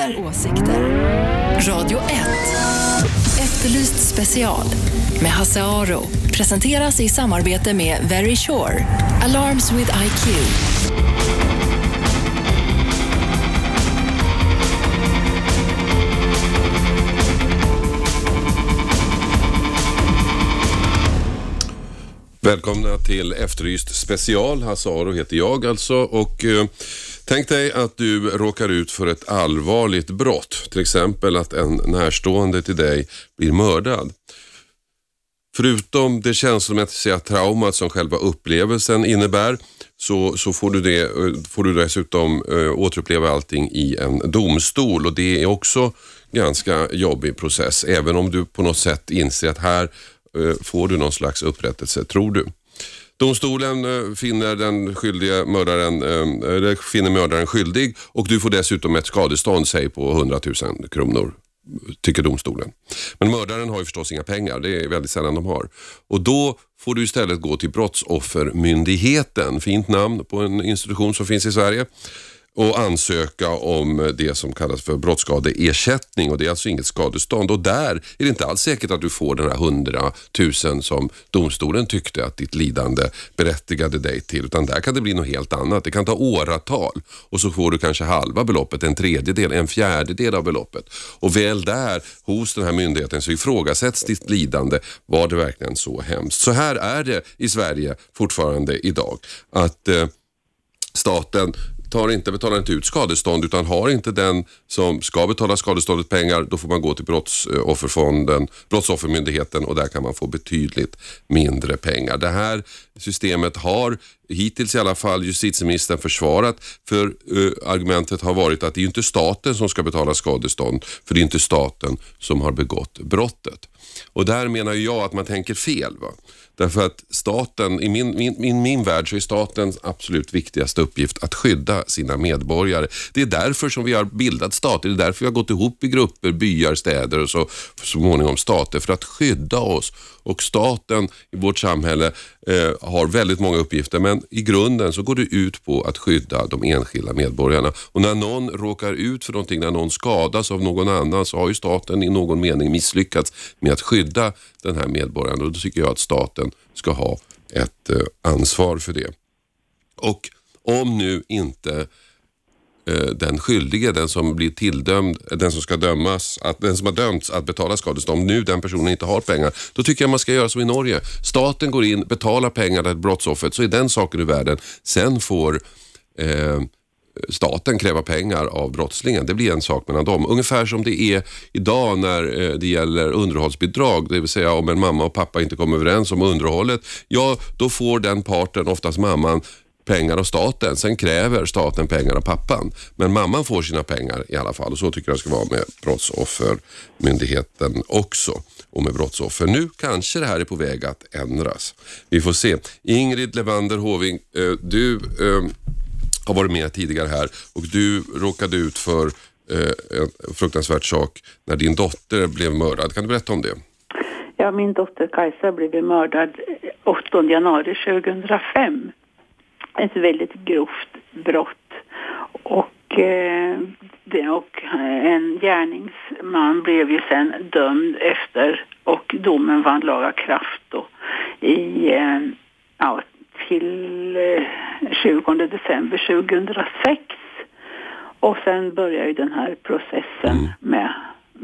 Radio 1. Efterlyst special med Hasse Aro. Presenteras i samarbete med Very Sure. Alarms with IQ. Välkomna till Efterlyst special. Hasse Aro heter jag alltså och tänk dig att du råkar ut för ett allvarligt brott. Till exempel att en närstående till dig blir mördad. Förutom det känslomässiga traumat som själva upplevelsen innebär så får du dessutom återuppleva allting i en domstol, och det är också ganska jobbig process, även om du på något sätt inser att här får du någon slags upprättelse, tror du. Domstolen finner mördaren skyldig, och du får dessutom ett skadestånd, säg på 100 000 kronor, tycker domstolen. Men mördaren har ju förstås inga pengar, det är väldigt sällan de har. Och då får du istället gå till Brottsoffermyndigheten, fint namn på en institution som finns i Sverige, och ansöka om det som kallas för brottsskadeersättning, och det är alltså inget skadestånd, och där är det inte alls säkert att du får den här 100 000 som domstolen tyckte att ditt lidande berättigade dig till, utan där kan det bli något helt annat. Det kan ta åratal, och så får du kanske halva beloppet, en tredjedel, en fjärdedel av beloppet, och väl där hos den här myndigheten så ifrågasätts ditt lidande. Var det verkligen så hemskt? Så här är det i Sverige fortfarande idag, att staten betalar inte ut skadestånd, utan har inte den som ska betala skadeståndet pengar, då får man gå till Brottsoffermyndigheten, och där kan man få betydligt mindre pengar. Det här systemet har hittills i alla fall justitieministern försvarat, för argumentet har varit att det är inte staten som ska betala skadestånd, för det är inte staten som har begått brottet. Och där menar jag att man tänker fel, va? Därför att staten, i min värld så är statens absolut viktigaste uppgift att skydda sina medborgare. Det är därför som vi har bildat stater, det är därför vi har gått ihop i grupper, byar, städer och så småningom stater, för att skydda oss. Och staten i vårt samhälle har väldigt många uppgifter, men i grunden så går det ut på att skydda de enskilda medborgarna. Och när någon råkar ut för någonting, när någon skadas av någon annan, så har ju staten i någon mening misslyckats med att skydda den här medborgaren, och då tycker jag att staten ska ha ett ansvar för det. Och om nu inte den skyldige, den som blir tilldömd, den som ska dömas, den som har dömts att betala skadestånd, om nu den personen inte har pengar, då tycker jag man ska göra som i Norge. Staten går in, betalar pengar till brottsoffret, så är den saken i världen. Sen får staten kräva pengar av brottslingen. Det blir en sak mellan dem. Ungefär som det är idag när det gäller underhållsbidrag. Det vill säga om en mamma och pappa inte kommer överens om underhållet, ja, då får den parten, oftast mamman, pengar av staten. Sen kräver staten pengar av pappan. Men mamman får sina pengar i alla fall. Och så tycker jag det ska vara med Brottsoffermyndigheten också. Och med brottsoffer. Nu kanske det här är på väg att ändras. Vi får se. Ingrid Levander Hoving, du har varit med tidigare här, och du råkade ut för en fruktansvärd sak när din dotter blev mördad. Kan du berätta om det? Ja, min dotter Kajsa blev mördad 8 januari 2005. Ett väldigt grovt brott, och en gärningsman blev ju sen dömd efter, och domen vann laga kraft då till 20 december 2006, och sen börjar ju den här processen med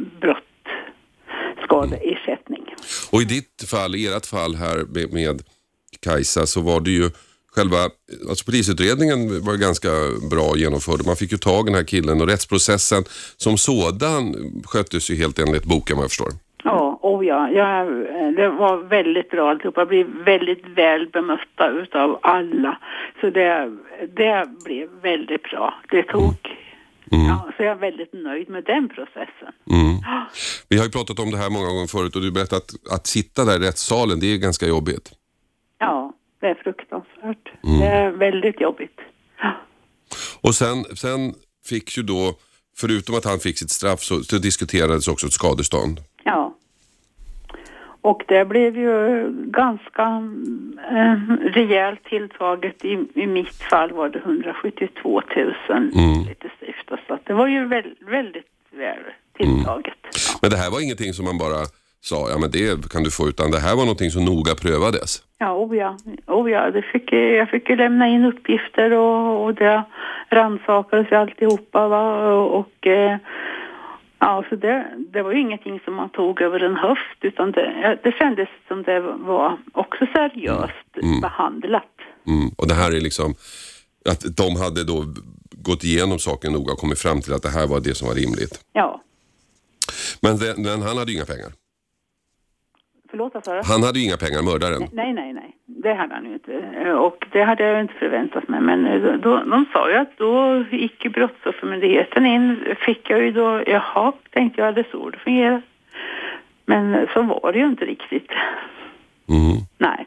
brottsskadeersättning. Och i ditt fall, i ert fall här med Kajsa, så var det ju alltså polisutredningen var ganska bra genomförd. Man fick ju tag i den här killen, och rättsprocessen som sådan sköttes ju helt enligt boken, vad jag förstår. Ja, det var väldigt bra. Allihopa blev väldigt väl bemötta utav alla. Så det blev väldigt bra. Det tog... Ja, så jag är väldigt nöjd med den processen. Vi har ju pratat om det här många gånger förut, och du berättade att sitta där i rättssalen, det är ganska jobbigt. Ja, det är fruktansvärt. Det är väldigt jobbigt. Ja. Och sen fick ju då, förutom att han fick sitt straff, så diskuterades också ett skadestånd. Ja. Och det blev ju ganska rejält tilltaget. I mitt fall var det 172 000 lite styvt. Så att det var ju väldigt väl tilltaget. Ja. Men det här var ingenting som man bara sa, ja men det kan du få, utan det här var någonting som noga prövades. Ja, jag fick ju lämna in uppgifter och det rannsakades alltihopa, va? Och ja, så det var ju ingenting som man tog över en höft, utan det kändes som det var också seriöst behandlat. Och det här är liksom att de hade då gått igenom saken noga och kommit fram till att det här var det som var rimligt. Ja. Men han hade ju inga pengar. Förlåt, vad sa du? Han hade ju inga pengar, mördaren. Nej. Det hade han ju inte. Och det hade jag inte förväntat mig. Men de sa ju att då gick ju brottsoffermyndigheten in. Fick jag ju då, tänkte jag, det så det fungerar. Men så var det ju inte riktigt. Nej.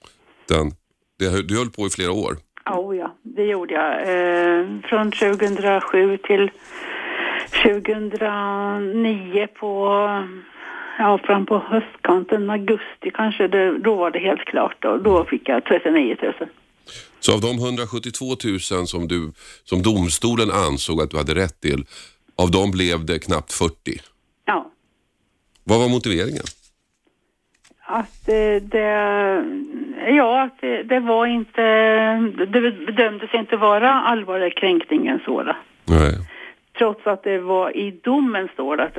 Du höll på i flera år. Ja, det gjorde jag. Från 2007 till 2009 fram på höstkanten, augusti kanske, då var det helt klart. Och då fick jag 39 000. Så av de 172 000 som domstolen ansåg att du hade rätt till, av dem blev det knappt 40? Ja. Vad var motiveringen? Att det var inte, det bedömdes inte vara allvarlig kränkningen sådan. Nej. Trots att det var i domen står det att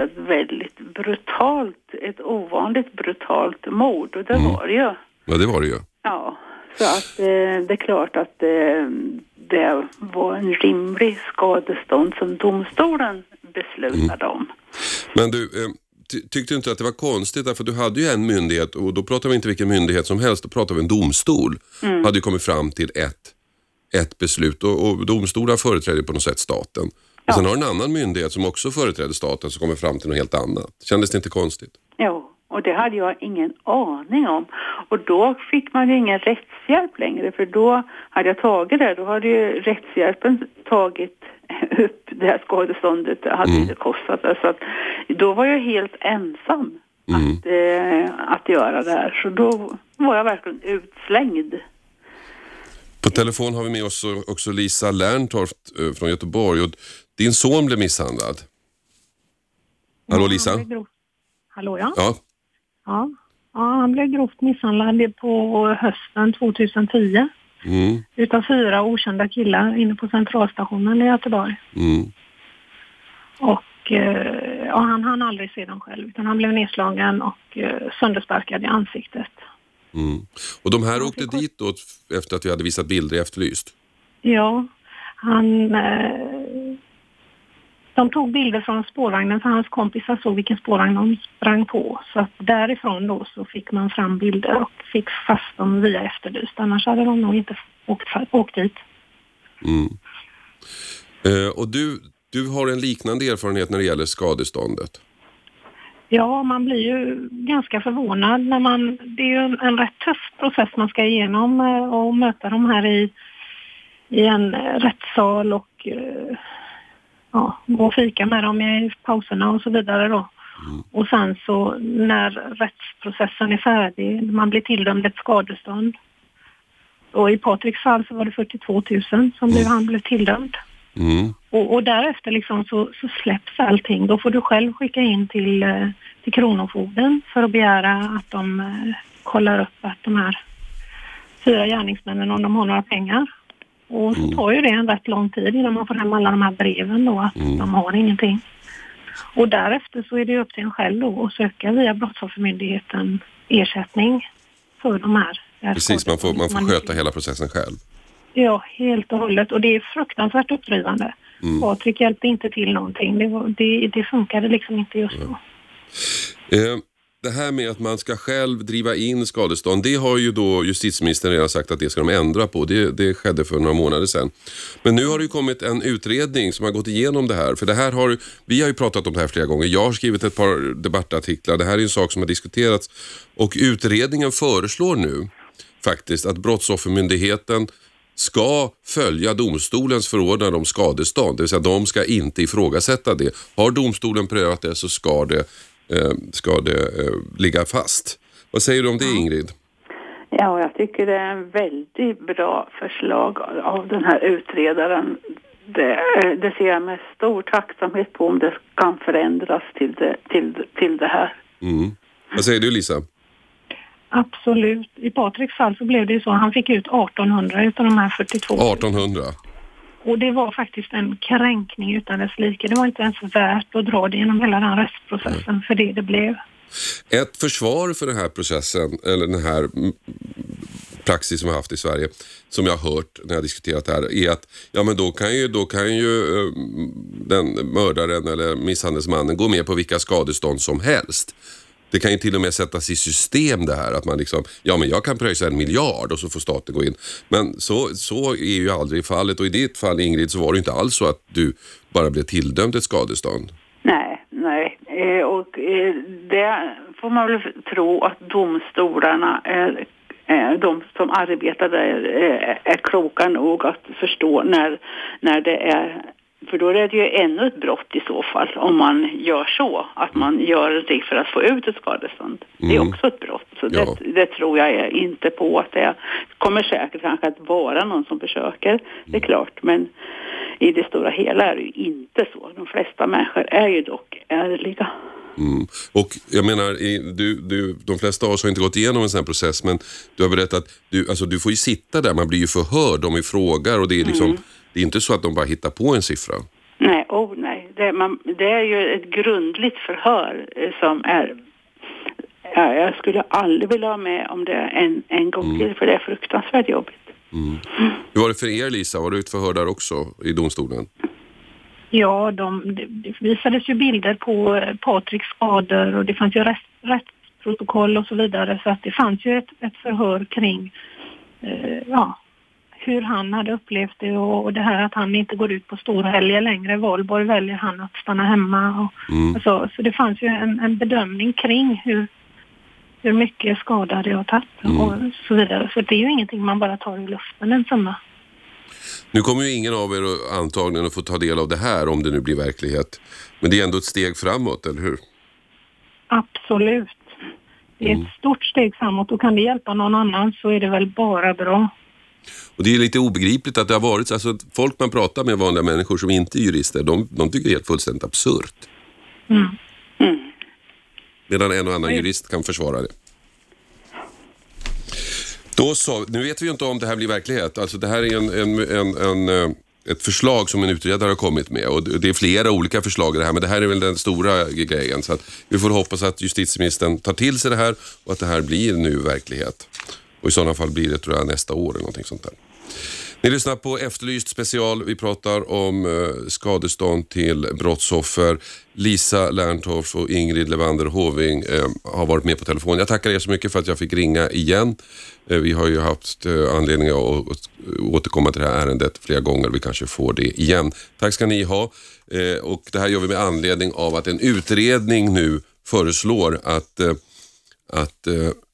ett ovanligt brutalt mord. Och det var det ju. Ja, det var det ju. Ja, så att det är klart att det var en rimlig skadestånd som domstolen beslutade om. Men du, tyckte du inte att det var konstigt? Därför du hade ju en myndighet, och då pratar vi inte vilken myndighet som helst, då pratar vi en domstol. Hade ju kommit fram till ett beslut, och domstolar företräder på något sätt staten. Och sen har en annan myndighet som också företräder staten som kommer fram till något helt annat. Kändes det inte konstigt? Jo, och det hade jag ingen aning om. Och då fick man ju ingen rättshjälp längre, för då hade jag tagit det. Då hade ju rättshjälpen tagit upp det här skadeståndet. Det hade inte kostat det. Så att då var jag helt ensam att göra det här. Så då var jag verkligen utslängd. På telefon har vi med oss också Lisa Lerntorft från Göteborg, och din son blev misshandlad. Hallå Lisa? Hallå ja. Ja, han blev grovt misshandlad på hösten 2010 utav 4 okända killar inne på centralstationen i Göteborg. Och han hann aldrig se dem själv, utan han blev nedslagen och söndersparkad i ansiktet. Och de här åkte dit då efter att vi hade visat bilder i Efterlyst? Ja, de tog bilder från spårvagnen, så hans kompisar såg vilken spårvagn de sprang på. Så att därifrån då så fick man fram bilder och fick fast dem via Efterlyst. Annars hade de nog inte åkt dit. Och du har en liknande erfarenhet när det gäller skadeståndet? Ja, man blir ju ganska förvånad när det är ju en rätt tuff process man ska igenom och möta de här i en rättssal och gå och fika med dem i pauserna och så vidare då. Och sen så när rättsprocessen är färdig, man blir tilldömd ett skadestånd. Och i Patriks fall så var det 42 000 som han blev tilldömd. Och därefter liksom så släpps allting. Då får du själv skicka in till Kronofogden för att begära att de kollar upp att de här 4 gärningsmännen, om de har några pengar. Och så tar ju det en rätt lång tid innan man får hem alla de här breven då, att de har ingenting. Och därefter så är det upp till en själv då att söka via Brottsoffermyndigheten ersättning för de här. Precis, man får sköta hela processen själv. Ja, helt och hållet. Och det är fruktansvärt upprivande. Patrik hjälpte inte till någonting. Det funkade liksom inte just då. Det här med att man ska själv driva in skadestånd, det har ju då justitieministern redan sagt att det ska de ändra på. Det skedde för några månader sedan. Men nu har det ju kommit en utredning som har gått igenom det här. För det här vi har ju pratat om det här flera gånger. Jag har skrivit ett par debattartiklar. Det här är en sak som har diskuterats. Och utredningen föreslår nu faktiskt att Brottsoffermyndigheten ska följa domstolens förordnande om skadestånd. Det vill säga de ska inte ifrågasätta det. Har domstolen prövat det så ska det ligga fast. Vad säger du om det, Ingrid? Ja, jag tycker det är en väldigt bra förslag av den här utredaren. Det ser jag med stor tacksamhet på om det kan förändras till det här. Mm. Vad säger du, Lisa? Absolut. I Patriks fall så blev det ju så. Han fick ut 1800 utav de här 42. 1800? Och det var faktiskt en kränkning utan dess like. Det var inte ens värt att dra det genom hela den rättsprocessen för det blev. Ett försvar för den här processen, eller den här praxis som vi har haft i Sverige, som jag har hört när jag diskuterat det här, är att ja, men då kan ju den mördaren eller misshandelsmannen gå med på vilka skadestånd som helst. Det kan ju till och med sättas i system det här, att man liksom, ja men jag kan pröjsa 1 miljard och så får staten gå in. Men så är ju aldrig fallet, och i ditt fall, Ingrid, så var det inte alls så att du bara blev tilldömd ett skadestånd. Nej. Och det får man väl tro att domstolarna de som arbetar där är kloka nog att förstå när det är. För då är det ju ännu ett brott i så fall om man gör så. Att man gör det för att få ut ett skadestånd. Det är också ett brott. Så det tror jag inte på att det kommer säkert kanske att vara någon som försöker. Det är klart, men i det stora hela är det ju inte så. De flesta människor är ju dock ärliga. Mm. Och jag menar, de flesta av oss har inte gått igenom en sån här process, men du har berättat att du får ju sitta där, man blir ju förhörd, de frågar, och det är liksom det är inte så att de bara hittar på en siffra. Nej, nej. Det är ju ett grundligt förhör som är. Ja, jag skulle aldrig vilja ha med om det en gång till, för det är fruktansvärt jobbigt. Mm. Hur var det för er, Lisa? Var du ett förhör där också i domstolen? Ja, det visades ju bilder på Patriks skador och det fanns ju rättsprotokoll och så vidare, så att det fanns ju ett förhör kring hur han hade upplevt det och det här att han inte går ut på storhelger längre. Valborg väljer han att stanna hemma. Så det fanns ju en bedömning kring hur mycket skada det har tagit och så vidare. Så det är ju ingenting man bara tar i luften, en summa. Nu kommer ju ingen av er antagligen att få ta del av det här om det nu blir verklighet. Men det är ändå ett steg framåt, eller hur? Absolut. Det är ett stort steg framåt, och kan det hjälpa någon annan så är det väl bara bra. Och det är lite obegripligt att det har varit, alltså folk man pratar med, vanliga människor som inte är jurister, de tycker det är helt fullständigt absurt. Medan en och annan jurist kan försvara det. Då så, nu vet vi ju inte om det här blir verklighet. Alltså det här är ett förslag som en utredare har kommit med, och det är flera olika förslag i det här, men det här är väl den stora grejen, så att vi får hoppas att justitieministern tar till sig det här och att det här blir nu verklighet. Och i sådana fall blir det, tror jag, nästa år eller någonting sånt där. Ni lyssnar på Efterlyst special. Vi pratar om skadestånd till brottsoffer. Lisa Lerntorff och Ingrid Levander Hoving har varit med på telefon. Jag tackar er så mycket för att jag fick ringa igen. Vi har ju haft anledning att återkomma till det här ärendet flera gånger. Vi kanske får det igen. Tack ska ni ha. Och det här gör vi med anledning av att en utredning nu föreslår att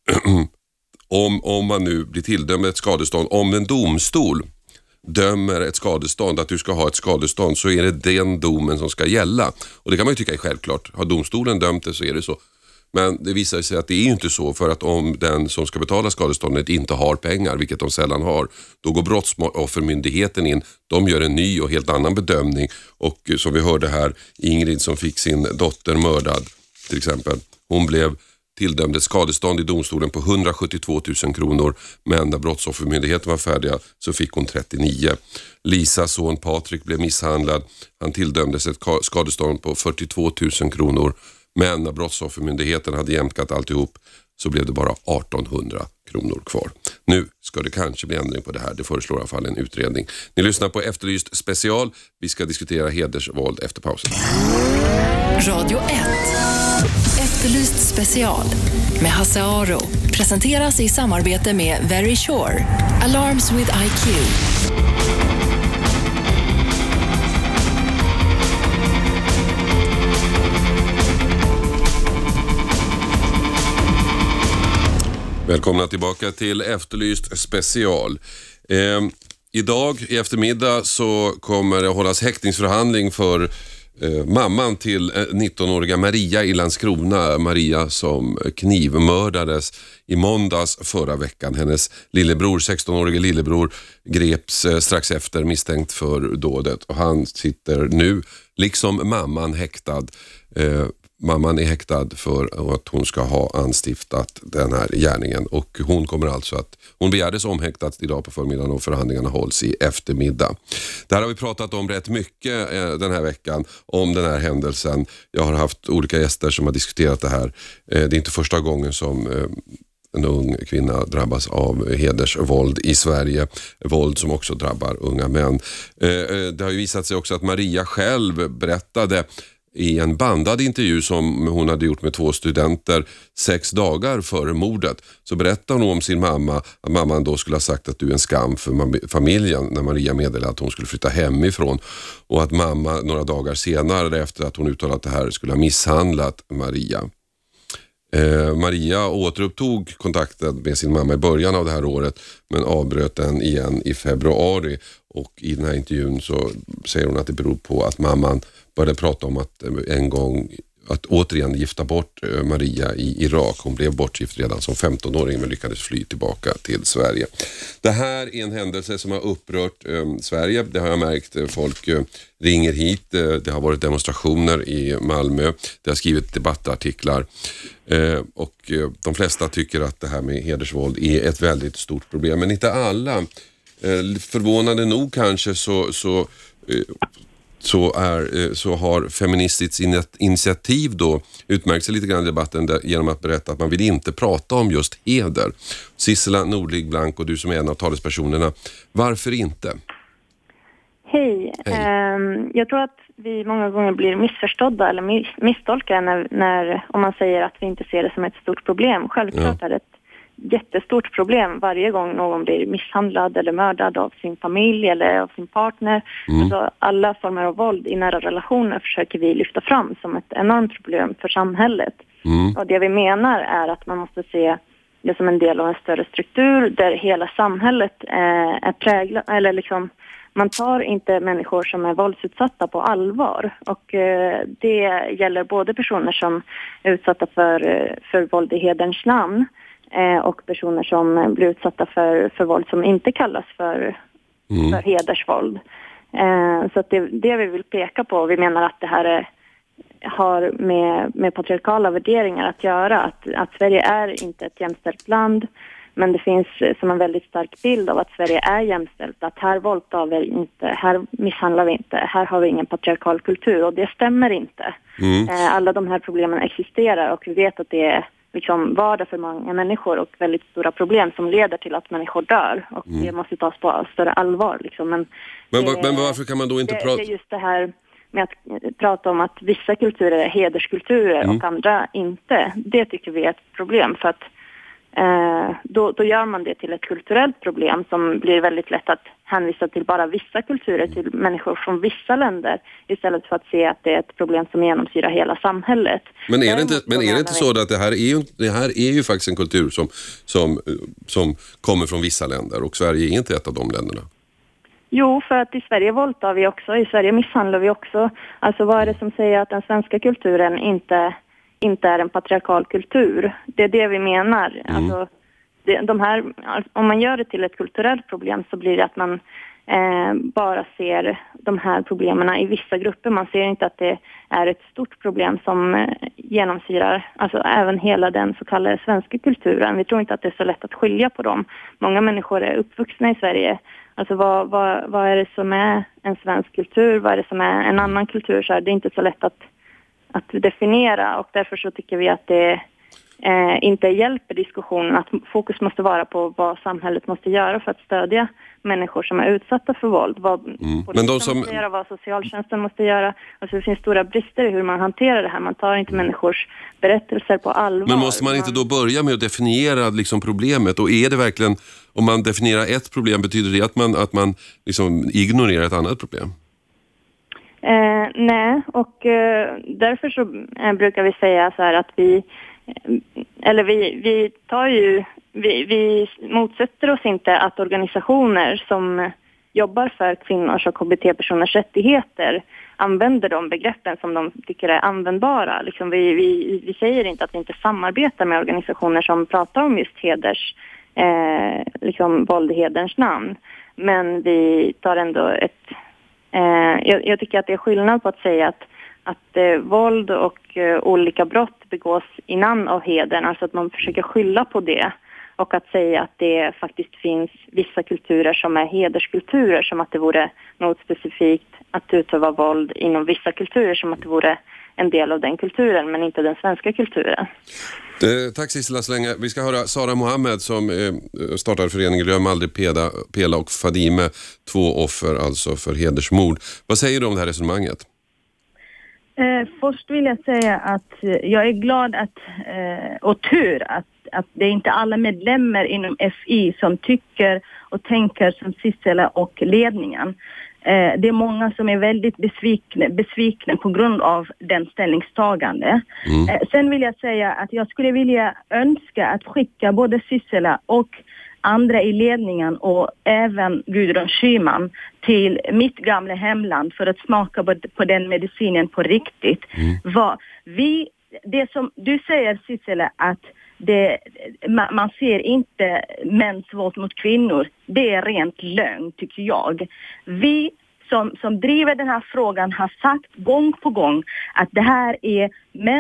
om man nu blir tilldömd ett skadestånd, om en domstol dömer ett skadestånd, att du ska ha ett skadestånd, så är det den domen som ska gälla. Och det kan man ju tycka är självklart. Har domstolen dömt det så är det så. Men det visar sig att det är ju inte så, för att om den som ska betala skadeståndet inte har pengar, vilket de sällan har, då går brottsoffermyndigheten in. De gör en ny och helt annan bedömning. Och som vi hörde här, Ingrid som fick sin dotter mördad till exempel, hon blev tilldömd ett skadestånd i domstolen på 172 000 kronor, men när brottsoffermyndigheten var färdiga så fick hon 39. Lisas son Patrik blev misshandlad. Han tilldömdes ett skadestånd på 42 000 kronor, men när brottsoffermyndigheten hade jämkat alltihop så blev det bara 1800 kronor kvar. Nu ska det kanske bli ändring på det här. Det föreslår i alla fall en utredning. Ni lyssnar på Efterlyst special. Vi ska diskutera hedersvåld efter pausen. Radio 1. Efterlyst special med Hasse Aro presenteras i samarbete med Very Sure. Alarms with IQ. Välkomna tillbaka till Efterlyst special. Idag i eftermiddag så kommer det hållas häktningsförhandling för mamman till 19-åriga Maria i Landskrona. Maria som knivmördades i måndags förra veckan. Hennes lillebror, 16-årige lillebror, greps strax efter misstänkt för dådet. Och han sitter nu, liksom mamman, häktad. Mamman är häktad för att hon ska ha anstiftat den här gärningen. Och hon kommer alltså hon begärdes omhäktad idag på förmiddagen och förhandlingarna hålls i eftermiddag. Där har vi pratat om rätt mycket den här veckan om den här händelsen. Jag har haft olika gäster som har diskuterat det här. Det är inte första gången som en ung kvinna drabbas av hedersvåld i Sverige. Våld som också drabbar unga män. Det har ju visat sig också att Maria själv berättade i en bandad intervju som hon hade gjort med 2 studenter 6 dagar före mordet, så berättade hon om sin mamma, att mamman då skulle ha sagt att du är en skam för familjen när Maria meddelade att hon skulle flytta hemifrån, och att mamma några dagar senare efter att hon uttalat det här skulle ha misshandlat Maria. Maria återupptog kontakten med sin mamma i början av det här året, men avbröt den igen i februari, och i den här intervjun så säger hon att det beror på att mamman började prata om att återigen gifta bort Maria i Irak. Hon blev bortgift redan som 15-åring men lyckades fly tillbaka till Sverige. Det här är en händelse som har upprört Sverige. Det har jag märkt. Folk ringer hit. Det har varit demonstrationer i Malmö. Det har skrivit debattartiklar. Och de flesta tycker att det här med hedersvåld är ett väldigt stort problem. Men inte alla. Förvånande nog kanske så har Feministiskt initiativ då utmärkt sig lite grann i debatten genom att berätta att man vill inte prata om just heder. Sissela Nordling Blank, och du som är en av talespersonerna, varför inte? Hej. Jag tror att vi många gånger blir missförstådda eller misstolkade när om man säger att vi inte ser det som ett stort problem. Självklart är det ett jättestort problem varje gång någon blir misshandlad eller mördad av sin familj eller av sin partner. Alltså alla former av våld i nära relationer försöker vi lyfta fram som ett enormt problem för samhället. Och det vi menar är att man måste se det som en del av en större struktur där hela samhället är präglat, eller liksom man tar inte människor som är våldsutsatta på allvar, och det gäller både personer som är utsatta för våld i hederns namn och personer som blir utsatta för våld som inte kallas för hedersvåld. Så att det vi vill peka på, vi menar att det här har med patriarkala värderingar att göra, att Sverige är inte ett jämställt land, men det finns som en väldigt stark bild av att Sverige är jämställt, att här våldtar vi inte, här misshandlar vi inte, här har vi ingen patriarkal kultur, och det stämmer inte. Alla de här problemen existerar, och vi vet att det är liksom vardag för många människor och väldigt stora problem som leder till att människor dör, och det måste tas på större allvar liksom. Men varför kan man då inte prata? Det är just det här med att prata om att vissa kulturer är hederskulturer och andra inte. Det tycker vi är ett problem, för att då gör man det till ett kulturellt problem som blir väldigt lätt att hänvisa till bara vissa kulturer, till människor från vissa länder, istället för att se att det är ett problem som genomsyrar hela samhället. Men är det inte så att det här är ju faktiskt en kultur som kommer från vissa länder, och Sverige är inte ett av de länderna? Jo, för att i Sverige våldtar vi också, i Sverige misshandlar vi också. Alltså vad är det som säger att den svenska kulturen inte är en patriarkal kultur? Det är det vi menar. Alltså, om man gör det till ett kulturellt problem så blir det att man bara ser de här problemen i vissa grupper. Man ser inte att det är ett stort problem som genomsyrar alltså även hela den så kallade svenska kulturen. Vi tror inte att det är så lätt att skilja på dem. Många människor är uppvuxna i Sverige. Alltså vad är det som är en svensk kultur? Vad är det som är en annan kultur? Så det är inte så lätt att definiera, och därför så tycker vi att det inte hjälper diskussionen, att fokus måste vara på vad samhället måste göra för att stödja människor som är utsatta för våld. Vad polisen måste göra, vad socialtjänsten måste göra. Alltså det finns stora brister i hur man hanterar det här. Man tar inte människors berättelser på allvar. Men måste man inte då börja med att definiera liksom problemet? Och är det verkligen, om man definierar ett problem, betyder det att man liksom ignorerar ett annat problem? Nej, och därför så brukar vi säga så här att vi motsätter oss inte att organisationer som jobbar för kvinnors och HBT-personers rättigheter använder de begreppen som de tycker är användbara. Liksom vi säger inte att vi inte samarbetar med organisationer som pratar om just våld i hederns namn. Men vi tar ändå jag tycker att det är skillnad på att säga att våld och olika brott begås i namn av hedern, alltså att man försöker skylla på det, och att säga att det faktiskt finns vissa kulturer som är hederskulturer, som att det vore något specifikt att utöva våld inom vissa kulturer, som att det vore en del av den kulturen men inte den svenska kulturen. Tack Sissela Slänge. Vi ska höra Sara Mohammed som startar föreningen Glöm aldrig Pela och Fadime, 2 offer alltså för hedersmord. Vad säger du om det här resonemanget? Först vill jag säga att jag är glad och tur att det är inte alla medlemmar inom FI som tycker och tänker som Sissela och ledningen. Det är många som är väldigt besvikna på grund av den ställningstagande. Sen vill jag säga att jag skulle vilja önska att skicka både Sissela och andra i ledningen och även Gudrun Schyman till mitt gamla hemland för att smaka på den medicinen på riktigt. Det som du säger, Sissela, att man ser inte mäns våld mot kvinnor, det är rent lögn tycker jag. Vi som driver den här frågan har sagt gång på gång att det här är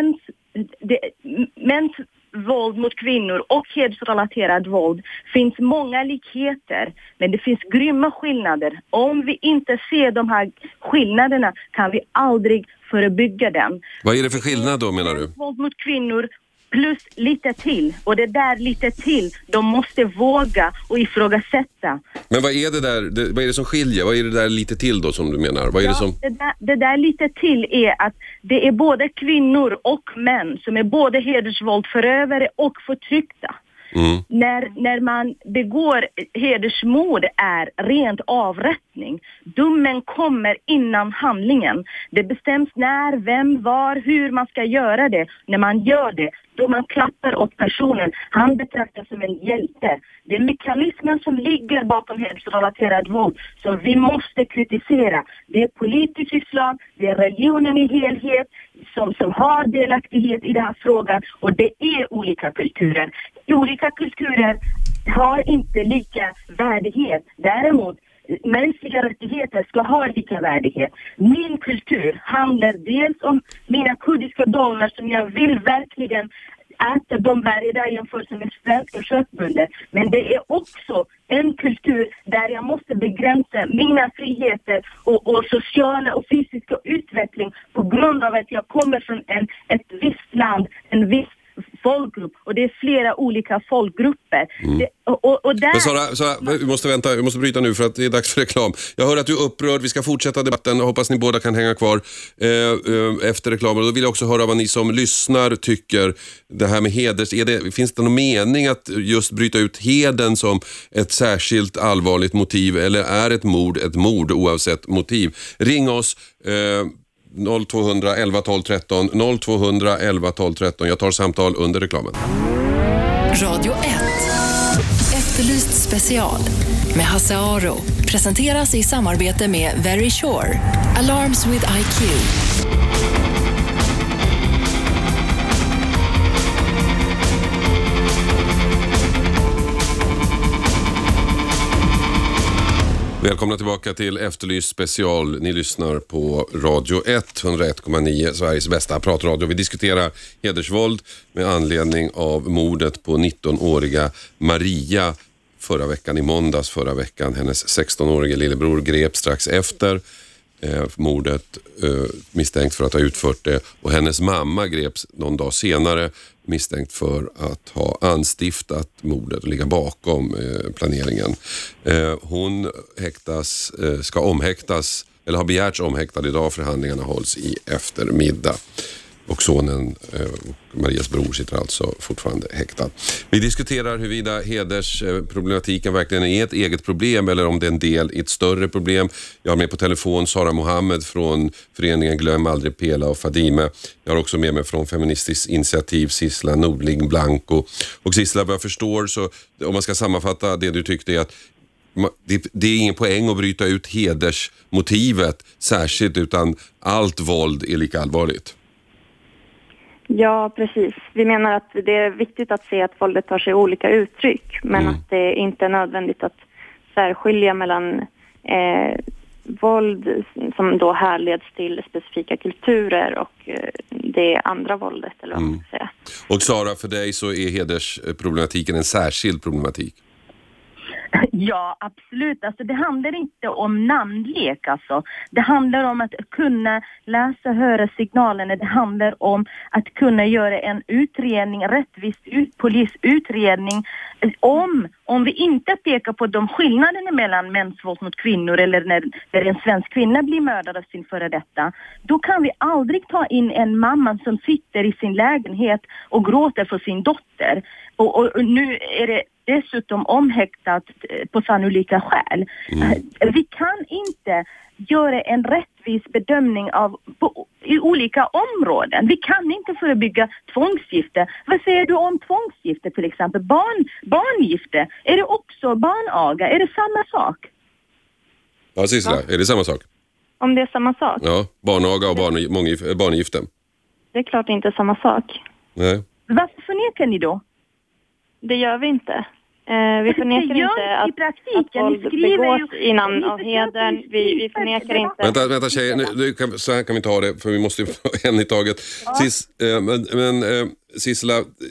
mäns våld mot kvinnor och hedersrelaterad våld. Finns många likheter, men det finns grymma skillnader. Om vi inte ser de här skillnaderna kan vi aldrig förebygga dem. Vad är det för skillnad då, menar du? Våld mot kvinnor plus lite till. Och det där lite till, de måste våga och ifrågasätta. Men vad är det där, vad är det som skiljer? Vad är det där lite till då som du menar? Vad är det som... det där lite till är att det är både kvinnor och män som är både hedersvåldförövare och förtryckta. När man begår hedersmord är rent avrättning. Domen kommer innan handlingen. Det bestäms när, vem, var, hur man ska göra det. När man gör det, då man klappar åt personen. Han betraktas som en hjälte. Det är mekanismen som ligger bakom hedersrelaterad våld som vi måste kritisera. Det är politiskt islam, det är religionen i helhet som har delaktighet i den här frågan, och det är olika kulturer. Olika kulturer har inte lika värdighet. Däremot mänskliga rättigheter ska ha lika värdighet. Min kultur handlar dels om mina kurdiska dollar som jag vill verkligen äta de varje dag jämfört med svenska köttbullar. Men det är också en kultur där jag måste begränsa mina friheter och sociala och fysiska utveckling på grund av att jag kommer från ett visst land, en viss folkgrupp, och det är flera olika folkgrupper. Men Sara, vi måste bryta nu för att det är dags för reklam. Jag hör att du är upprörd, vi ska fortsätta debatten. Jag hoppas ni båda kan hänga kvar efter reklamen. Då vill jag också höra vad ni som lyssnar tycker. Det här med heders, finns det någon mening att just bryta ut heden som ett särskilt allvarligt motiv, eller är ett mord oavsett motiv? Ring oss 0200 11 12 13 0200 11 12 13. Jag tar samtal under reklamen. Radio 1. Efterlyst special med Hasse Aro presenteras i samarbete med Very Sure. Alarms with IQ. Välkomna tillbaka till Efterlyst special. Ni lyssnar på Radio 101,9, Sveriges bästa pratradio. Vi diskuterar hedersvåld med anledning av mordet på 19-åriga Maria i måndags förra veckan. Hennes 16-årige lillebror greps strax efter mordet, misstänkt för att ha utfört det, och hennes mamma greps någon dag senare misstänkt för att ha anstiftat mordet och ligga bakom planeringen. Hon ska omhäktas, eller har begärts omhäktad idag. Förhandlingarna hålls i eftermiddag. Och sonen, Marias bror, sitter alltså fortfarande häktad. Vi diskuterar huruvida hedersproblematiken verkligen är ett eget problem eller om det är en del i ett större problem. Jag har med på telefon Sara Mohammed från föreningen Glöm aldrig Pela och Fadime. Jag har också med mig från Feministiskt initiativ Sissela Nordling Blanco. Och Sissela, vad jag förstår, så om man ska sammanfatta det du tyckte, är att det är ingen poäng att bryta ut hedersmotivet särskilt, utan allt våld är lika allvarligt. Ja, precis. Vi menar att det är viktigt att se att våldet tar sig olika uttryck, men att det inte är nödvändigt att särskilja mellan våld som då härleds till specifika kulturer och det andra våldet, eller vad man ska säga. Och Sara, för dig så är hedersproblematiken en särskild problematik? Ja, absolut. Alltså, det handlar inte om namnlek. Alltså. Det handlar om att kunna läsa och höra signalerna. Det handlar om att kunna göra en utredning, rättvis polisutredning. Om vi inte pekar på de skillnaderna mellan mäns våld mot kvinnor eller när en svensk kvinna blir mördad av sin före detta, då kan vi aldrig ta in en mamma som sitter i sin lägenhet och gråter för sin dotter. Och nu är det dessutom omhäktat på sannolika skäl. Vi kan inte göra en rättvis bedömning i olika områden. Vi kan inte förebygga tvångsgifte. Vad säger du om tvångsgifte till exempel? Barngifte. Är det också barnaga? Är det samma sak? Ja, Sissela, är det samma sak? Om det är samma sak? Ja, barnaga och barngifte. Det är klart inte samma sak. Nej. Varför förnekar ni då? Det gör vi inte. Vi förnekar inte att våld begås i namn av hedern. Vi förnekar inte... Vänta tjejer, så här kan vi ta det, för vi måste ju en i taget. Ja. Sissela,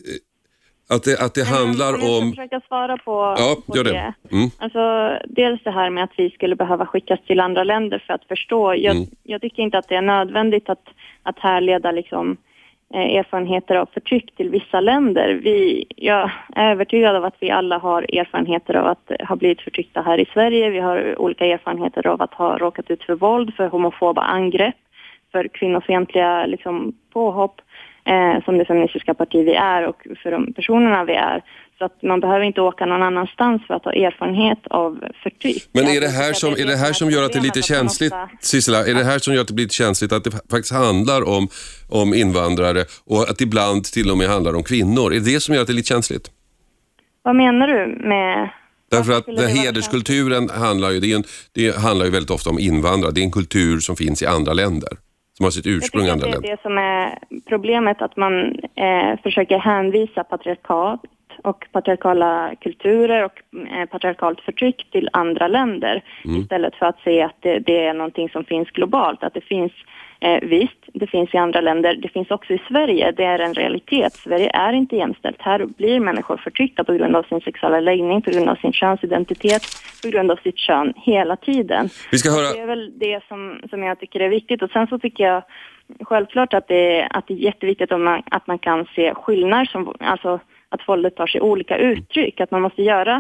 att det handlar om... Jag ska försöka svara på gör det. Alltså, dels det här med att vi skulle behöva skickas till andra länder för att förstå. Jag tycker inte att det är nödvändigt att härleda liksom erfarenheter av förtryck till vissa länder. Jag är övertygad av att vi alla har erfarenheter av att ha blivit förtryckta här i Sverige. Vi har olika erfarenheter av att ha råkat ut för våld, för homofoba angrepp, för kvinnofientliga liksom, påhopp som det feministiska parti vi är och för de personerna vi är. Så att man behöver inte åka någon annanstans för att ha erfarenhet av förtryck. Men är det här som gör att det är lite känsligt, Sissela, är det här som gör att det blir lite känsligt att det faktiskt handlar om invandrare och att ibland till och med handlar om kvinnor? Är det som gör att det är lite känsligt? Vad menar du med... Därför att den hederskulturen handlar ju väldigt ofta om invandrare. Det är en kultur som finns i andra länder, som har sitt ursprung i andra länder. Det som är problemet, att man försöker hänvisa patriarkat och patriarkala kulturer och patriarkalt förtryck till andra länder istället för att se att det är någonting som finns globalt. Att det finns, visst, det finns i andra länder, det finns också i Sverige. Det är en realitet. Sverige är inte jämställt. Här blir människor förtryckta på grund av sin sexuella läggning, på grund av sin könsidentitet, på grund av sitt kön hela tiden. Vi ska höra... Det är väl det som jag tycker är viktigt. Och sen så tycker jag självklart att det är jätteviktigt att man kan se skillnader, alltså att våldet tar sig olika uttryck, att man måste göra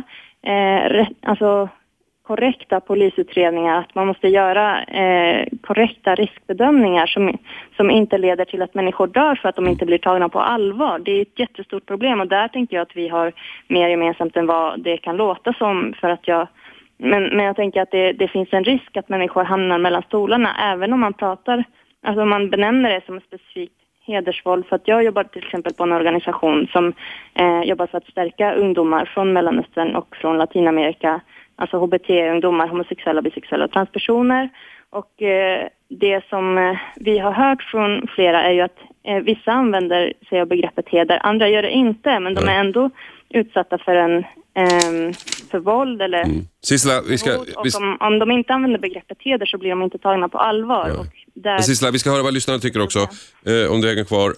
korrekta polisutredningar, att man måste göra korrekta riskbedömningar som inte leder till att människor dör för att de inte blir tagna på allvar. Det är ett jättestort problem, och där tänker jag att vi har mer gemensamt än vad det kan låta som, för att men jag tänker att det finns en risk att människor hamnar mellan stolarna, även om man man benämner det som specifikt hedersvåld. För att jag jobbar till exempel på en organisation som jobbar för att stärka ungdomar från Mellanöstern och från Latinamerika, alltså HBT-ungdomar, homosexuella, bisexuella och transpersoner. Och det som vi har hört från flera är ju att vissa använder sig av begreppet heder, andra gör det inte, men de är ändå utsatta för för våld eller Sissela, om de inte använder begreppet heder så blir de inte tagna på allvar. Ja. Och Sissela, vi ska höra vad lyssnarna tycker också. Om du är kvar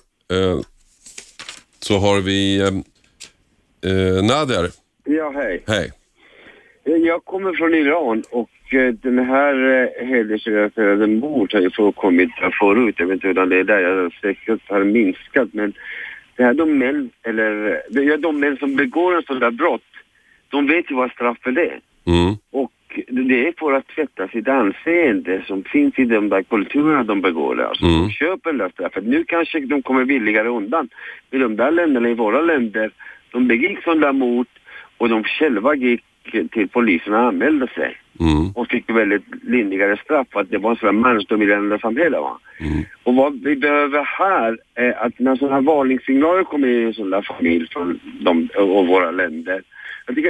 så har vi Nader. Ja, hej. Hej. Jag kommer från Iran och den här hedersrelaterade mord har ju förekommit förut. Jag vet inte hur det är där, jag säkert har minskat, men det här de män som begår en sån där brott, de vet ju vad straffet är. Och det är för att tvätta sitt anseende som finns i de där kulturerna de begår. Alltså de köper den där straffet. Nu kanske de kommer billigare undan. I de där länderna, i våra länder, de begick sån där mord och de själva gick till polisen och anmälde sig. Och fick väldigt lindrigare straff för att det var en sån där mansdominerande samhälle, va? Och vad vi behöver här är att när sådana här varningssignaler kommer i en sån där familj från de och våra länder. Jag tycker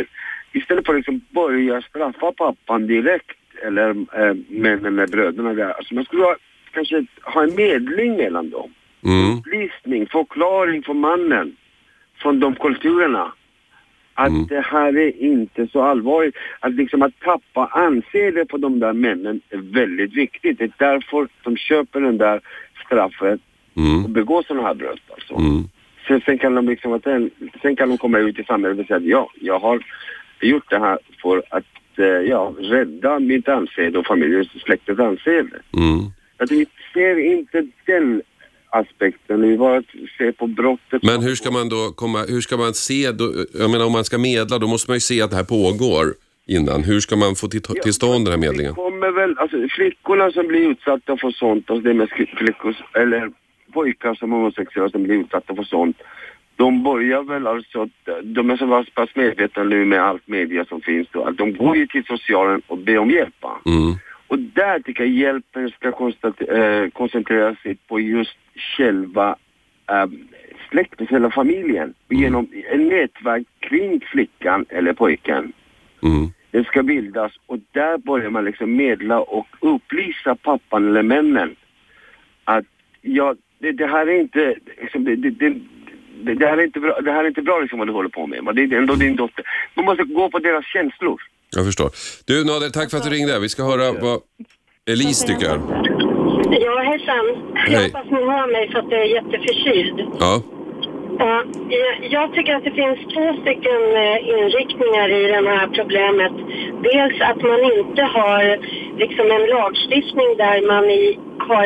istället för att liksom börja straffa pappan direkt eller männen med bröderna där. Alltså man skulle kanske ha en medling mellan dem. Upplysning, förklaring för mannen från de kulturerna. Att det här är inte så allvarligt. Att liksom att tappa anseende på de där männen är väldigt viktigt. Det är därför de köper den där straffet och begår sådana här brott. Alltså. Sen kan de liksom sen kan de komma ut i samhället och säga att ja, jag har gjort det här för att rädda mitt anseende och familjens släktets anseende. Att vi ser inte den aspekten, vi bara ser på brottet. Men hur ska man då hur ska man se då, jag menar om man ska medla, då måste man ju se att det här pågår innan. Hur ska man få till stånd den här medlingen? Det kommer väl, alltså flickorna som blir utsatta för sånt, och det är med flickor eller pojkar som homosexuella som blir utsatta för sånt, de börjar väl alltså, de är så pass medvetna nu med allt media som finns då, att de går ju till socialen och ber om hjälp. Och där tycker jag hjälpen ska koncentrera sig på just själva släkten, själva familjen. Genom en nätverk kring flickan eller pojken. Det ska bildas och där börjar man liksom medla och upplysa pappan eller männen att det här är inte liksom, det här är inte bra liksom vad du håller på med. Men det är ändå din dotter. Man måste gå på deras känslor. Jag förstår. Du Nader, tack för att du ringde. Vi ska höra vad Elise tycker. Ja, hejsan. Jag hoppas ni hör mig för att jag är jätteförkyld. Ja. Jag tycker att det finns 2 stycken inriktningar i det här problemet. Dels att man inte har liksom en lagstiftning där man har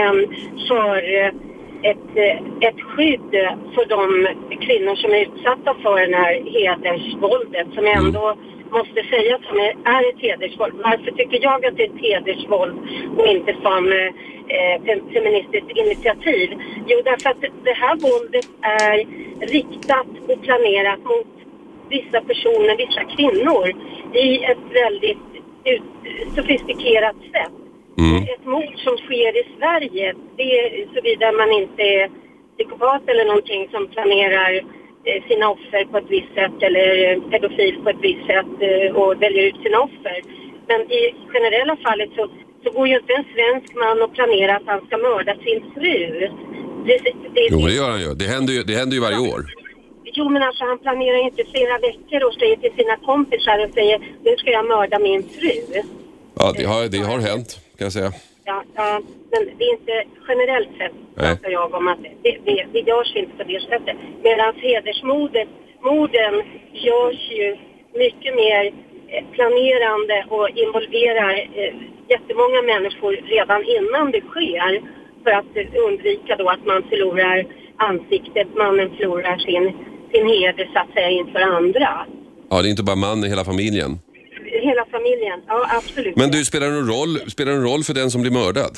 ett skydd för de kvinnor som är utsatta för den här hedersvåldet, som ändå måste säga att det är ett hedersvåld. Varför tycker jag att det är ett hedersvåld och inte som feministiskt initiativ? Jo, därför att det här våldet är riktat och planerat mot vissa personer, vissa kvinnor i ett väldigt sofistikerat sätt. Ett mord som sker i Sverige, det är såvida man inte är psykopat eller någonting som planerar sina offer på ett visst sätt eller pedofil på ett visst sätt och väljer ut sina offer. Men i generella fallet så går ju inte en svensk man och planerar att han ska mörda sin fru. Jo, det gör han ju. Det händer ju varje år. Jo, men alltså han planerar inte flera veckor och säger till sina kompisar och säger nu ska jag mörda min fru. Ja, det har hänt, kan jag säga. Ja, men det är inte generellt sett, pratar jag om att det görs inte på det sättet. Medan hedersmorden görs ju mycket mer planerande och involverar jättemånga människor redan innan det sker för att undvika då att man förlorar ansiktet, mannen förlorar sin heder så att säga inför andra. Ja, det är inte bara mannen, hela familjen. Hela familjen, ja absolut. Men du, spelar det en roll för den som blir mördad?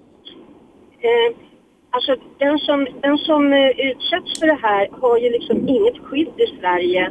Alltså den som utsätts för det här har ju liksom inget skydd i Sverige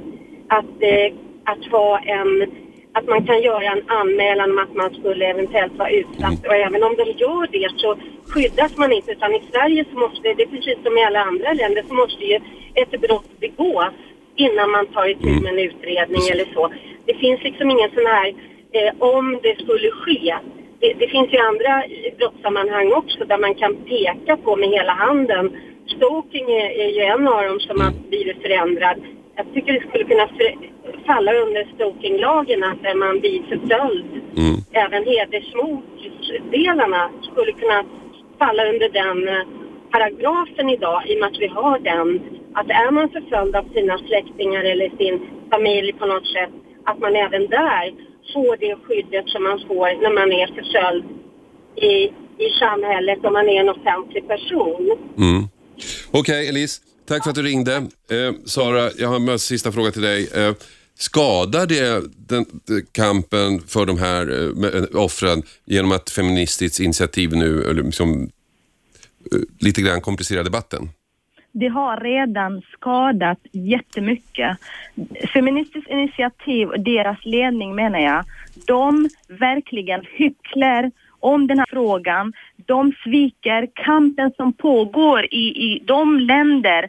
att man kan göra en anmälan om att man skulle eventuellt vara utsatt. Och även om de gör det så skyddas man inte, utan i Sverige så måste det precis som i alla andra länder så måste ju ett brott begås innan man tar itu med en utredning eller så. Det finns liksom ingen sån här om det skulle ske. Det finns ju andra brottssammanhang också där man kan peka på med hela handen. Stalking är ju en av dem som har blivit förändrad. Jag tycker det skulle kunna falla under stalkinglagen att där man blir förföljd. Även hedersmordsdelarna skulle kunna falla under den paragrafen idag i och med att vi har den. Att är man förföljd av sina släktingar eller sin familj på något sätt, att man även där får det skyddet som man får när man är förföljd i samhället om man är en offentlig person. Okej, Elise, tack för att du ringde. Sara, jag har en sista fråga till dig. Skadar det kampen för de här offren genom att Feministiskt initiativ nu liksom, lite grann komplicerar debatten? Det har redan skadat jättemycket. Feministiskt initiativ och deras ledning menar jag, de verkligen hycklar om den här frågan. De sviker kampen som pågår i de länder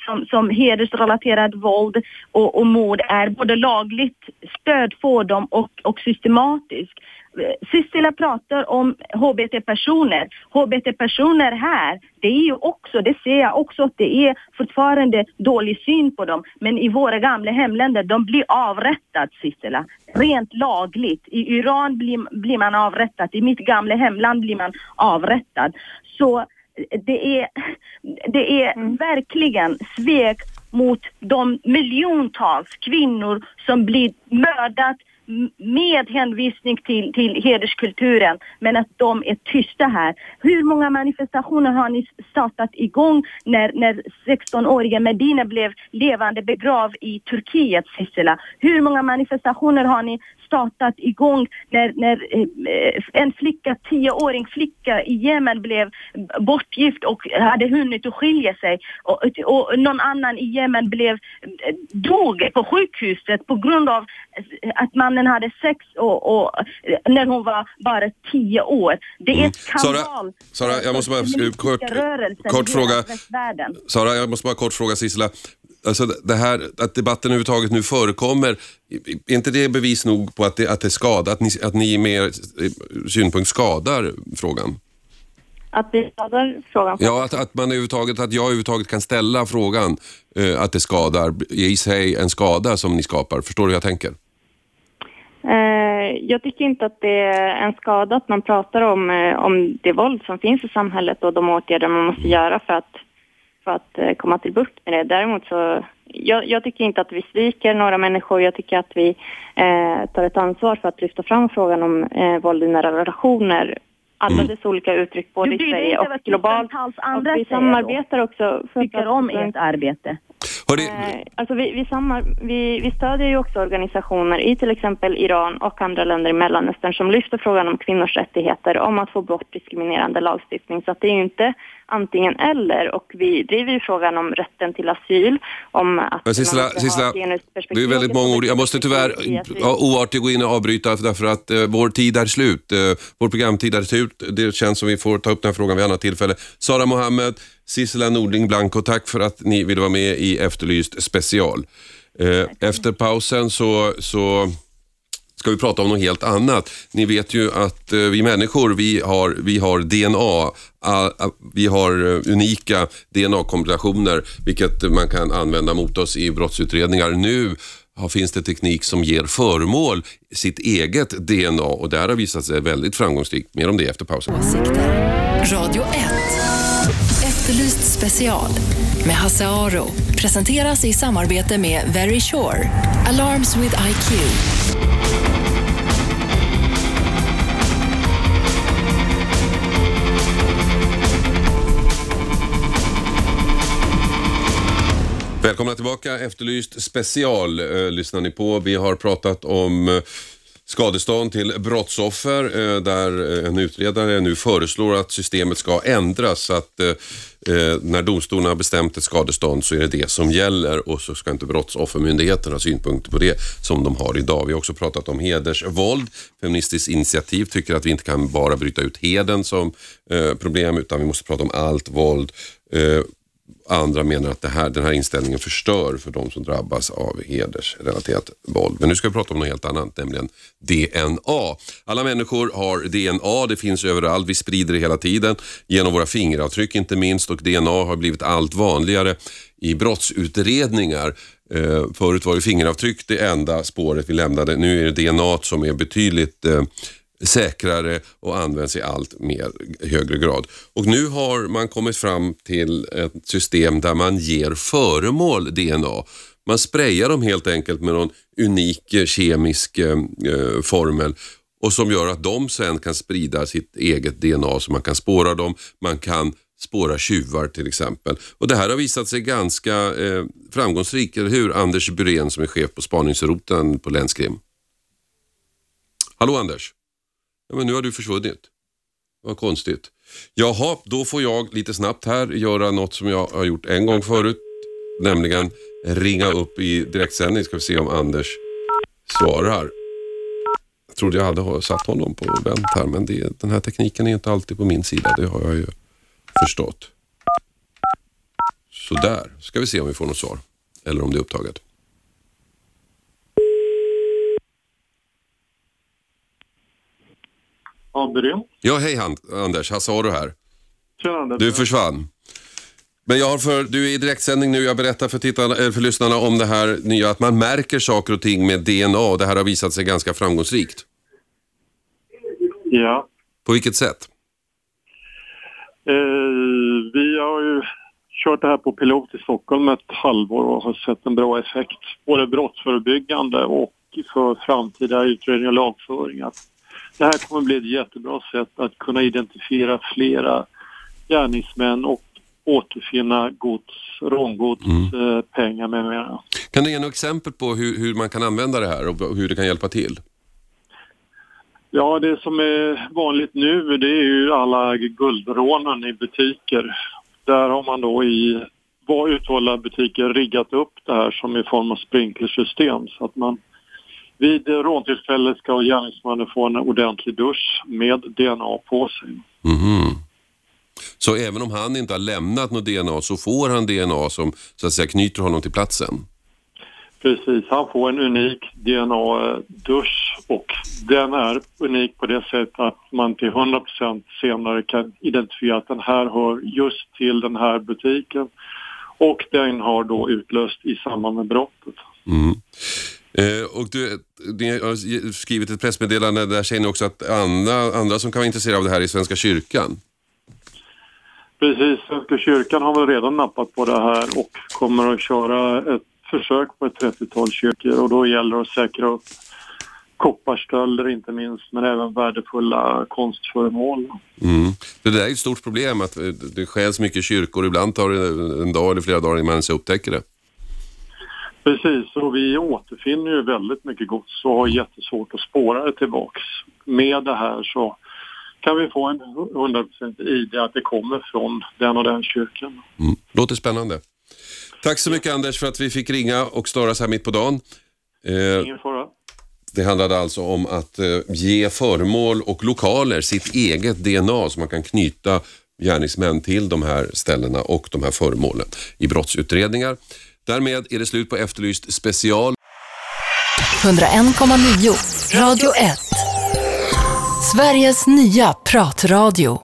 som hedersrelaterat våld och mord är både lagligt stöd för dem och systematiskt. Sissela pratar om HBT-personer. HBT-personer här, det är ju också, det ser jag också att det är fortfarande dålig syn på dem. Men i våra gamla hemländer, de blir avrättade, Sissela. Rent lagligt. I Iran blir man avrättad. I mitt gamla hemland blir man avrättad. Så det är verkligen svek mot de miljontals kvinnor som blir mördat med hänvisning till hederskulturen, men att de är tysta här. Hur många manifestationer har ni startat igång när 16-åriga Medina blev levande begravd i Turkiet, Sissela? Hur många manifestationer har ni startat igång när en flicka, 10-åring flicka i Jemen blev bortgift och hade hunnit att skilja sig och någon annan i Jemen dog på sjukhuset på grund av att mannen hade sex och när hon var bara 10 år. Det är ett skandal. Sara, jag måste bara kort fråga. Sara, jag måste bara kort fråga Sissela. Alltså det här att debatten överhuvudtaget nu förekommer, är inte det bevis nog på att det skadar, att ni med synpunkt skadar frågan? Att vi skadar frågan? Ja, att jag överhuvudtaget kan ställa frågan att det skadar i sig en skada som ni skapar. Förstår du hur jag tänker? Jag tycker inte att det är en skada att man pratar om det våld som finns i samhället och de åtgärder man måste göra för att komma till bukt med det. Däremot så, jag tycker inte att vi sviker några människor. Jag tycker att vi tar ett ansvar för att lyfta fram frågan om våld i nära relationer. Alla dess olika uttryck, både i Sverige och globalt. Och vi samarbetar också för om ert arbete. Alltså vi stödjer ju också organisationer i till exempel Iran och andra länder i Mellanöstern som lyfter frågan om kvinnors rättigheter, om att få bort diskriminerande lagstiftning. Så att det är ju inte antingen eller, och vi driver ju frågan om rätten till asyl, om att Sissela, det är väldigt många ord. Jag måste tyvärr oartigt gå in och avbryta därför att vår tid är slut. Vår programtid är slut. Det känns som vi får ta upp den här frågan vid annat tillfälle. Sara Mohammed, Sissela Nordling Blanco, tack för att ni ville vara med i Efterlyst special. Efter pausen så ska vi prata om något helt annat. Ni vet ju att vi människor, vi har DNA, vi har unika DNA-kombinationer, vilket man kan använda mot oss i brottsutredningar. Nu finns det teknik som ger föremål sitt eget DNA, och det här har visat sig väldigt framgångsrikt. Mer om det efter pausen. Radio 1. Efterlyst special med Hasse Aro presenteras i samarbete med Very Sure. Alarms with IQ. Välkomna tillbaka, Efterlyst special lyssnar ni på. Vi har pratat om skadestånd till brottsoffer där en utredare nu föreslår att systemet ska ändras så att när domstolarna har bestämt ett skadestånd så är det som gäller, och så ska inte brottsoffermyndigheten ha synpunkter på det som de har idag. Vi har också pratat om hedersvåld. Feministiskt initiativ tycker att vi inte kan bara bryta ut heden som problem, utan vi måste prata om allt våld. Andra menar att den här inställningen förstör för de som drabbas av hedersrelaterat våld. Men nu ska vi prata om något helt annat, nämligen DNA. Alla människor har DNA, det finns överallt, vi sprider det hela tiden genom våra fingeravtryck inte minst, och DNA har blivit allt vanligare i brottsutredningar. Förut var det fingeravtryck det enda spåret vi lämnade, nu är det DNA som är betydligt säkrare och används i allt mer högre grad. Och nu har man kommit fram till ett system där man ger föremål DNA. Man sprayar dem helt enkelt med någon unik kemisk formel, och som gör att de sen kan sprida sitt eget DNA, så man kan spåra dem, man kan spåra tjuvar till exempel. Och det här har visat sig ganska framgångsrikt, eller hur? Anders Byrén som är chef på spaningsroten på Länskrim. Hallå Anders. Ja, men nu har du försvunnit. Vad konstigt. Jaha, då får jag lite snabbt här göra något som jag har gjort en gång förut. Nämligen ringa upp i direktsändning. Ska vi se om Anders svarar. Jag trodde jag hade satt honom på vänt här, men den här tekniken är inte alltid på min sida. Det har jag ju förstått. Så där ska vi se om vi får något svar. Eller om det är upptaget. Ja, hej Anders. Hassaro här. Tjena, Anders. Du försvann. Men du är i direktsändning nu. Jag berättar för lyssnarna om det här nya, att man märker saker och ting med DNA. Och det här har visat sig ganska framgångsrikt. Ja. På vilket sätt? Vi har ju kört det här på pilot i Stockholm ett halvår och har sett en bra effekt. Både brottsförebyggande och för framtida utredning och lagföring. Det här kommer bli ett jättebra sätt att kunna identifiera flera gärningsmän och återfinna rångods, pengar med mera. Kan du ge några exempel på hur man kan använda det här och hur det kan hjälpa till? Ja, det som är vanligt nu, det är ju alla guldrånen i butiker. Där har man då i utvalda butiker riggat upp det här som i form av sprinklersystem, så att man vid råntillfället ska gärningsmannen få en ordentlig dusch med DNA på sig. Mm-hmm. Så även om han inte har lämnat något DNA så får han DNA som så att säga knyter honom till platsen? Precis, han får en unik DNA-dusch och den är unik på det sättet att man till 100% senare kan identifiera att den här hör just till den här butiken och den har då utlöst i samband med brottet. Mm. Och ni har skrivit ett pressmeddelande där säger ni också att andra som kan vara intresserade av det här i Svenska kyrkan. Precis, Svenska kyrkan har väl redan nappat på det här och kommer att köra ett försök på ett 30-tal kyrkor och då gäller det att säkra upp kopparstölder inte minst, men även värdefulla konstföremål. Mm. Det där är ett stort problem att det skäls mycket kyrkor, ibland tar det en dag eller flera dagar innan man ens upptäcker det. Precis, och vi återfinner ju väldigt mycket gods och har jättesvårt att spåra det tillbaks. Med det här så kan vi få en 100% ID att det kommer från den och den kyrkan. Mm. Låter spännande. Tack så mycket Anders för att vi fick ringa och störas här mitt på dagen. Ingen fara. Det handlade alltså om att ge föremål och lokaler sitt eget DNA så man kan knyta gärningsmän till de här ställena och de här föremålen i brottsutredningar. Därmed är det slut på Efterlyst special. 101,9 Radio 1. Sveriges nya pratradio.